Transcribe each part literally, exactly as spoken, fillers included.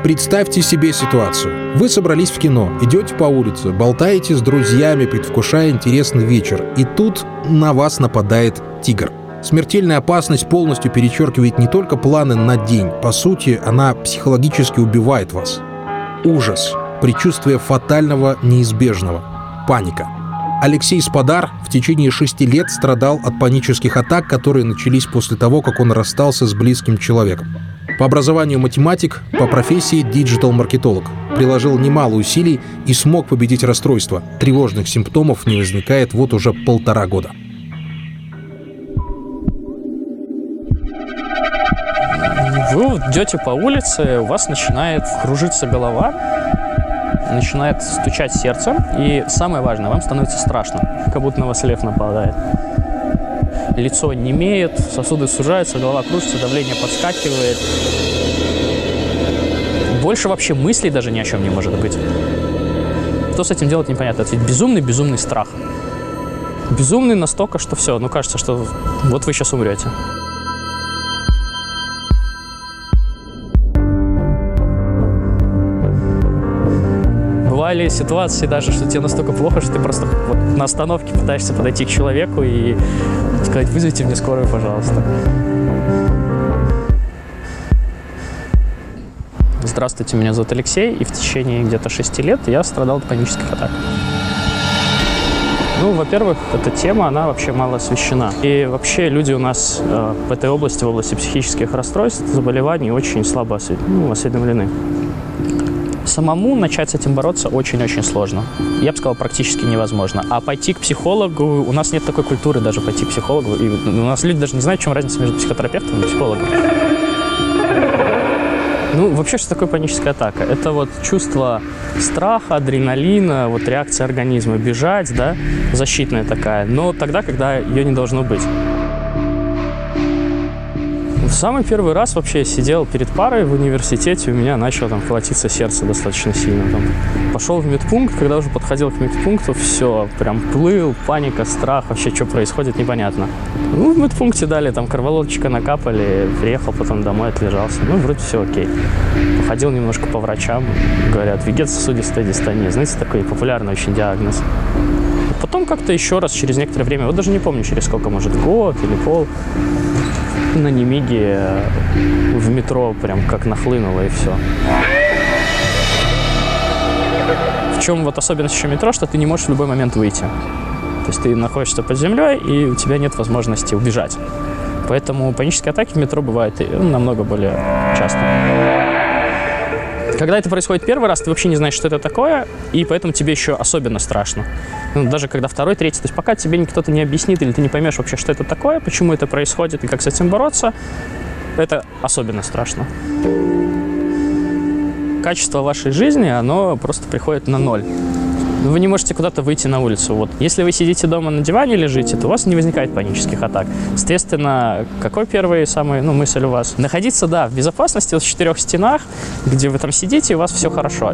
Представьте себе ситуацию. Вы собрались в кино, идете по улице, болтаете с друзьями, предвкушая интересный вечер. И тут на вас нападает тигр. Смертельная опасность полностью перечеркивает не только планы на день. По сути, она психологически убивает вас. Ужас, предчувствие фатального неизбежного, паника. Алексей Спадар в течение шести лет страдал от панических атак, которые начались после того, как он расстался с близким человеком. По образованию математик, по профессии диджитал-маркетолог. Приложил немало усилий и смог победить расстройство. Тревожных симптомов не возникает вот уже полтора года. Вы идете по улице, у вас начинает кружиться голова, начинает стучать сердце, и самое важное, вам становится страшно, как будто на вас лев нападает. Лицо немеет, сосуды сужаются, голова кружится, давление подскакивает. Больше вообще мыслей даже ни о чем не может быть. Что с этим делать, непонятно. Это ведь безумный-безумный страх. Безумный настолько, что все, ну кажется, что вот вы сейчас умрете. Бывали ситуации даже, что тебе настолько плохо, что ты просто вот на остановке пытаешься подойти к человеку и сказать: вызовите мне скорую, пожалуйста. Здравствуйте, меня зовут Алексей, и в течение где-то шести лет я страдал от панических атак. Ну, во-первых, эта тема, она вообще мало освещена. И вообще люди у нас э, в этой области, в области психических расстройств, заболеваний очень слабо освед... ну, осведомлены. Самому начать с этим бороться очень-очень сложно. Я бы сказал, практически невозможно. А пойти к психологу, у нас нет такой культуры даже пойти к психологу. И у нас люди даже не знают, в чем разница между психотерапевтом и психологом. Ну, вообще, что такое паническая атака? Это вот чувство страха, адреналина, вот реакция организма, бежать, да, защитная такая, но тогда, когда ее не должно быть. В самый первый раз вообще я сидел перед парой в университете, у меня начало там колотиться сердце достаточно сильно. Там. Пошел в медпункт, когда уже подходил к медпункту, все, прям плыл, паника, страх, вообще что происходит, непонятно. Ну, в медпункте дали, там корвалолчика накапали, приехал потом домой, отлежался. Ну, вроде все окей. Походил немножко по врачам, говорят, вегетососудистая дистония, знаете, такой популярный очень диагноз. Потом как-то еще раз, через некоторое время, вот даже не помню, через сколько, может, год или пол, на Немиге в метро прям как нахлынуло, и все. В чем вот особенность еще метро, что ты не можешь в любой момент выйти. То есть ты находишься под землей, и у тебя нет возможности убежать. Поэтому панические атаки в метро бывают ну, намного более часто. Когда это происходит первый раз, ты вообще не знаешь, что это такое, и поэтому тебе еще особенно страшно. Ну, даже когда второй, третий, то есть пока тебе кто-то не объяснит, или ты не поймешь вообще, что это такое, почему это происходит и как с этим бороться, это особенно страшно. Качество вашей жизни, оно просто приходит на ноль. Вы не можете куда-то выйти на улицу. Вот. Если вы сидите дома на диване лежите, то у вас не возникает панических атак. Соответственно, какой первый самый, ну, мысль у вас? Находиться, да, в безопасности, вот в четырех стенах, где вы там сидите, и у вас все хорошо.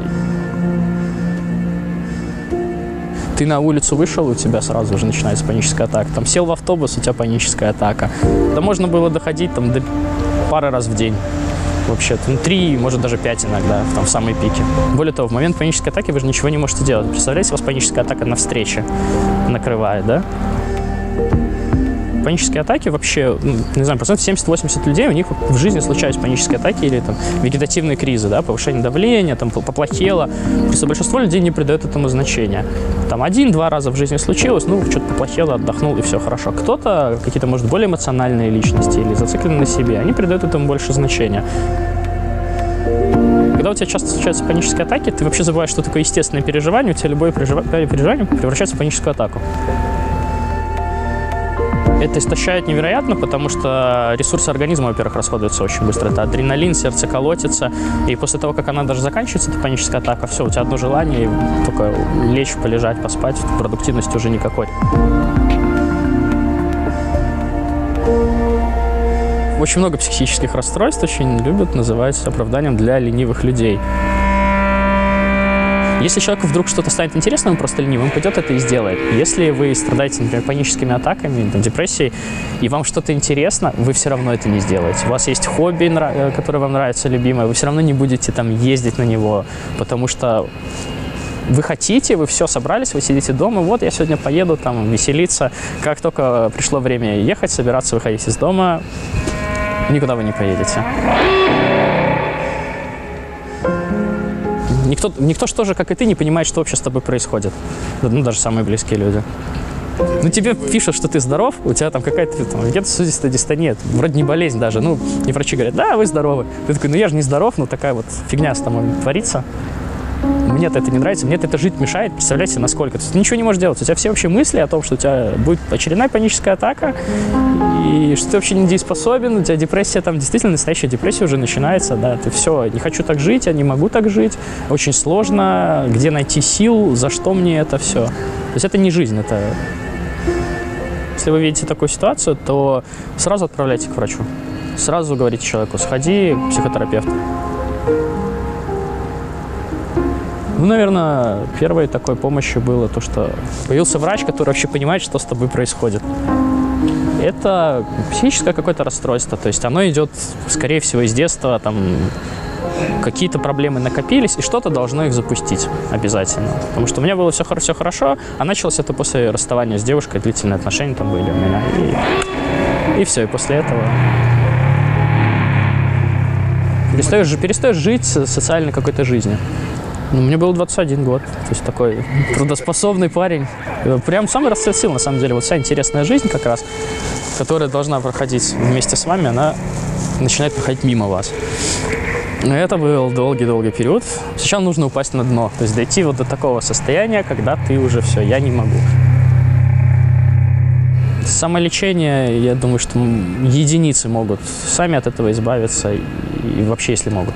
Ты на улицу вышел, у тебя сразу же начинается паническая атака. Там сел в автобус, у тебя паническая атака. Да можно было доходить там до пары раз в день. Вообще, ну, три, может, даже пять иногда, там, в самой пике. Более того, в момент панической атаки вы же ничего не можете делать. Представляете, у вас паническая атака на встрече накрывает, да? Панические атаки вообще, ну, не знаю, процентов семьдесят-восемьдесят людей, у них в жизни случаются панические атаки или там вегетативные кризы, да, повышение давления, там, поплохело. Просто большинство людей не придает этому значения. Там один-два раза в жизни случилось, ну, что-то поплохело, отдохнул, и все хорошо. Кто-то, какие-то, может, более эмоциональные личности или зациклены на себе, они придают этому больше значения. Когда у тебя часто случаются панические атаки, ты вообще забываешь, что такое естественное переживание, у тебя любое переживание превращается в паническую атаку. Это истощает невероятно, потому что ресурсы организма, во-первых, расходуются очень быстро. Это адреналин, сердце колотится. И после того, как она даже заканчивается, эта паническая атака, все, у тебя одно желание только лечь, полежать, поспать, продуктивности уже никакой. Очень много психических расстройств очень любят называть оправданием для ленивых людей. Если человеку вдруг что-то станет интересным, он просто ленивым, он пойдет это и сделает. Если вы страдаете, например, паническими атаками, там, депрессией, и вам что-то интересно, вы все равно это не сделаете. У вас есть хобби, которое вам нравится, любимое, вы все равно не будете там ездить на него, потому что вы хотите, вы все собрались, вы сидите дома, вот я сегодня поеду там веселиться. Как только пришло время ехать, собираться, выходить из дома, никуда вы не поедете. Никто, никто же тоже, как и ты, не понимает, что вообще с тобой происходит. Ну, даже самые близкие люди. Ну, тебе пишут, что ты здоров, у тебя там какая-то там, где-то сосудистая дистония, вроде не болезнь даже. Ну, и врачи говорят, да, вы здоровы. Ты такой, ну я же не здоров, ну такая вот фигня с тобой творится. Мне-то это не нравится, мне-то это жить мешает. Представляете, насколько. Ты ничего не можешь делать. У тебя все вообще мысли о том, что у тебя будет очередная паническая атака, и что ты вообще недееспособен, у тебя депрессия, там действительно настоящая депрессия уже начинается, да, ты все, не хочу так жить, я не могу так жить, очень сложно, где найти сил, за что мне это все. То есть это не жизнь, это... Если вы видите такую ситуацию, то сразу отправляйте к врачу. Сразу говорите человеку, сходи к психотерапевту. Ну, наверное, первой такой помощью было то, что появился врач, который вообще понимает, что с тобой происходит. Это психическое какое-то расстройство, то есть оно идет, скорее всего, из детства, там какие-то проблемы накопились, и что-то должно их запустить обязательно. Потому что у меня было все, все хорошо, а началось это после расставания с девушкой, длительные отношения там были у меня, и, и все, и после этого перестаешь, перестаешь жить социальной какой-то жизнью. Ну, мне было двадцать один год, то есть такой трудоспособный парень. Прям самый расцвет сил, на самом деле. Вот вся интересная жизнь как раз, которая должна проходить вместе с вами, она начинает проходить мимо вас. Но это был долгий-долгий период. Сначала нужно упасть на дно, то есть дойти вот до такого состояния, когда ты уже все, я не могу. Самолечение, я думаю, что единицы могут сами от этого избавиться, и вообще, если могут.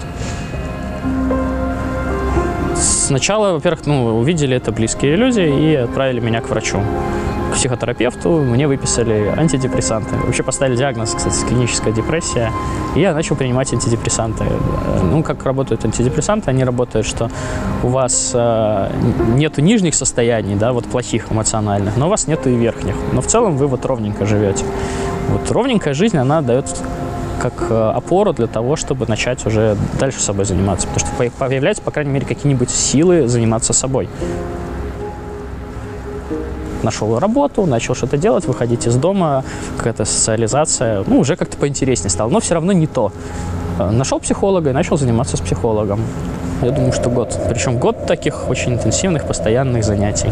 Сначала, во-первых, ну, увидели это близкие люди и отправили меня к врачу, к психотерапевту. Мне выписали антидепрессанты. Вообще поставили диагноз, кстати, клиническая депрессия. И я начал принимать антидепрессанты. Ну, как работают антидепрессанты? Они работают, что у вас э, нету нижних состояний, да, вот плохих эмоциональных, но у вас нету и верхних. Но в целом вы вот ровненько живете. Вот ровненькая жизнь, она дает как опору для того, чтобы начать уже дальше собой заниматься. Потому что появляются, по крайней мере, какие-нибудь силы заниматься собой. Нашел работу, начал что-то делать, выходить из дома, какая-то социализация. Ну, уже как-то поинтереснее стало, но все равно не то. Нашел психолога и начал заниматься с психологом. Я думаю, что год. Причем год таких очень интенсивных, постоянных занятий.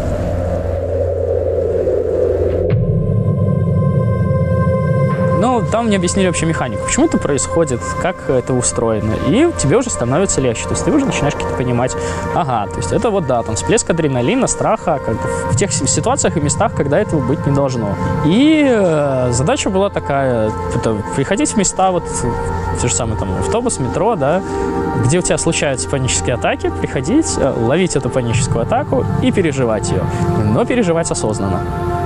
Ну, там мне объяснили вообще механику, почему это происходит, как это устроено, и тебе уже становится легче, то есть ты уже начинаешь какие-то понимать, ага, то есть это вот, да, там всплеск адреналина, страха, как бы в тех ситуациях и местах, когда этого быть не должно. И э, задача была такая, это, приходить в места, вот, те же самые там автобус, метро, да, где у тебя случаются панические атаки, приходить, ловить эту паническую атаку и переживать ее, но переживать осознанно.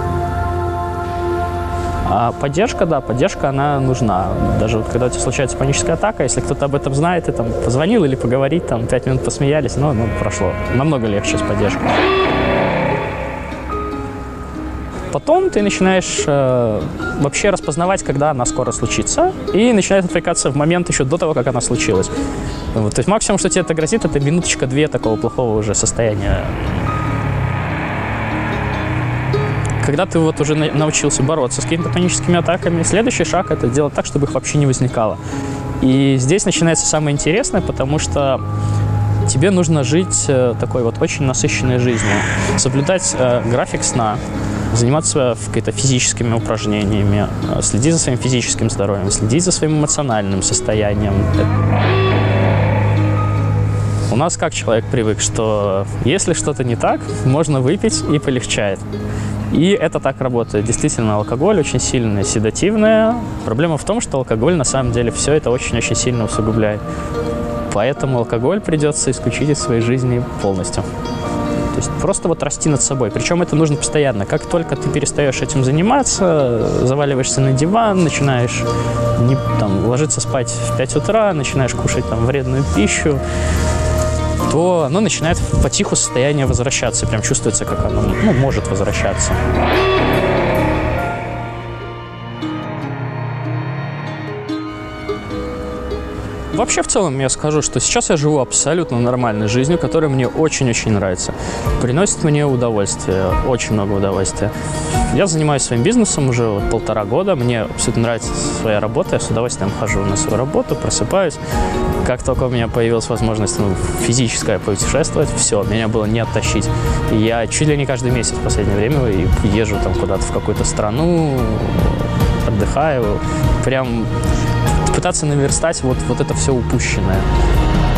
А поддержка, да, поддержка, она нужна. Даже вот когда у тебя случается паническая атака, если кто-то об этом знает, ты там позвонил или поговорить, там пять минут посмеялись, но ну, прошло. Намного легче с поддержкой. Потом ты начинаешь э, вообще распознавать, когда она скоро случится, и начинает отвлекаться в момент еще до того, как она случилась. Вот, то есть максимум, что тебе это грозит, это минуточка-две такого плохого уже состояния. Когда ты вот уже научился бороться с какими-то паническими атаками, следующий шаг – это делать так, чтобы их вообще не возникало. И здесь начинается самое интересное, потому что тебе нужно жить такой вот очень насыщенной жизнью, соблюдать э, график сна, заниматься какими-то физическими упражнениями, следить за своим физическим здоровьем, следить за своим эмоциональным состоянием. У нас как человек привык, что если что-то не так, можно выпить и полегчает. И это так работает. Действительно, алкоголь очень сильно седативное. Проблема в том, что алкоголь на самом деле все это очень-очень сильно усугубляет. Поэтому алкоголь придется исключить из своей жизни полностью. То есть просто вот расти над собой. Причем это нужно постоянно. Как только ты перестаешь этим заниматься, заваливаешься на диван, начинаешь не, там, ложиться спать в пять утра, начинаешь кушать там вредную пищу, то оно начинает потиху состояние возвращаться. Прям чувствуется, как оно, ну, может возвращаться. Вообще, в целом, я скажу, что сейчас я живу абсолютно нормальной жизнью, которая мне очень-очень нравится. Приносит мне удовольствие, очень много удовольствия. Я занимаюсь своим бизнесом уже вот полтора года. Мне абсолютно нравится своя работа. Я с удовольствием хожу на свою работу, просыпаюсь. Как только у меня появилась возможность, ну, физическая путешествовать, все, меня было не оттащить. И я чуть ли не каждый месяц в последнее время езжу там куда-то в какую-то страну, отдыхаю. Прям пытаться наверстать вот, вот это все упущенное.